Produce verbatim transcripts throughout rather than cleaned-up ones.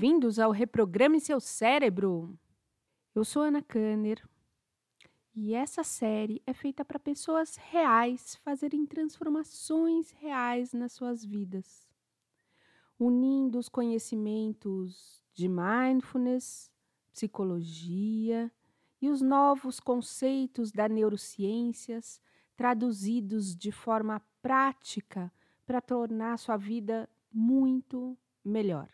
bem-vindos ao Reprograme Seu Cérebro. Eu sou Ana Kanner e essa série é feita para pessoas reais fazerem transformações reais nas suas vidas, unindo os conhecimentos de mindfulness, psicologia e os novos conceitos da neurociências traduzidos de forma prática para tornar sua vida muito melhor.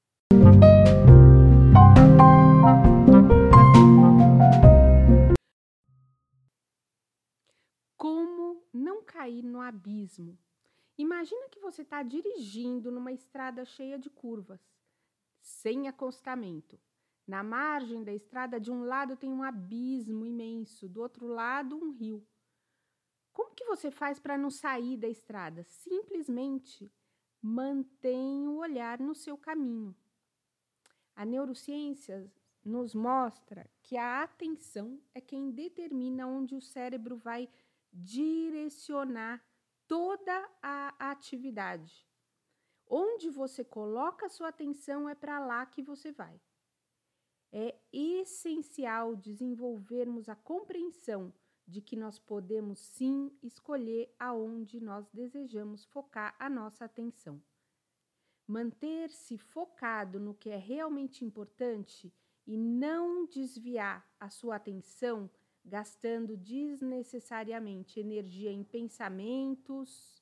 Como não cair no abismo? Imagina que você está dirigindo numa estrada cheia de curvas, sem acostamento. Na margem da estrada, de um lado tem um abismo imenso, do outro lado um rio. Como que você faz para não sair da estrada? Simplesmente mantenha o olhar no seu caminho. A neurociência nos mostra que a atenção é quem determina onde o cérebro vai direcionar toda a atividade. Onde você coloca a sua atenção é para lá que você vai. É essencial desenvolvermos a compreensão de que nós podemos sim escolher aonde nós desejamos focar a nossa atenção. Manter-se focado no que é realmente importante e não desviar a sua atenção gastando desnecessariamente energia em pensamentos,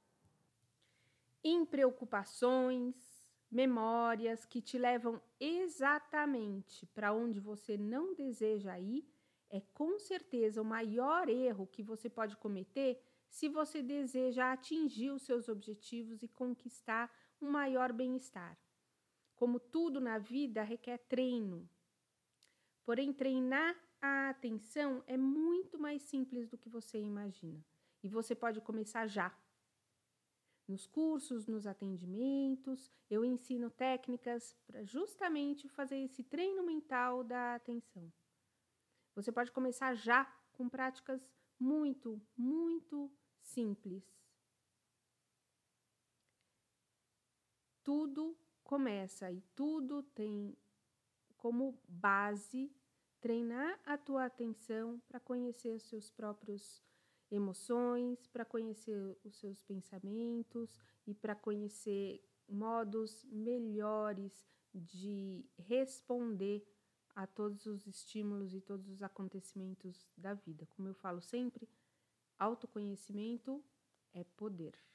em preocupações, memórias que te levam exatamente para onde você não deseja ir, é com certeza o maior erro que você pode cometer se você deseja atingir os seus objetivos e conquistar um maior bem-estar. Como tudo na vida requer treino. Porém, treinar a atenção é muito mais simples do que você imagina. E você pode começar já. Nos cursos, nos atendimentos, eu ensino técnicas para justamente fazer esse treino mental da atenção. Você pode começar já com práticas muito, muito simples. Tudo começa e tudo tem como base treinar a tua atenção para conhecer os seus próprios emoções, para conhecer os seus pensamentos e para conhecer modos melhores de responder a todos os estímulos e todos os acontecimentos da vida. Como eu falo sempre, autoconhecimento é poder.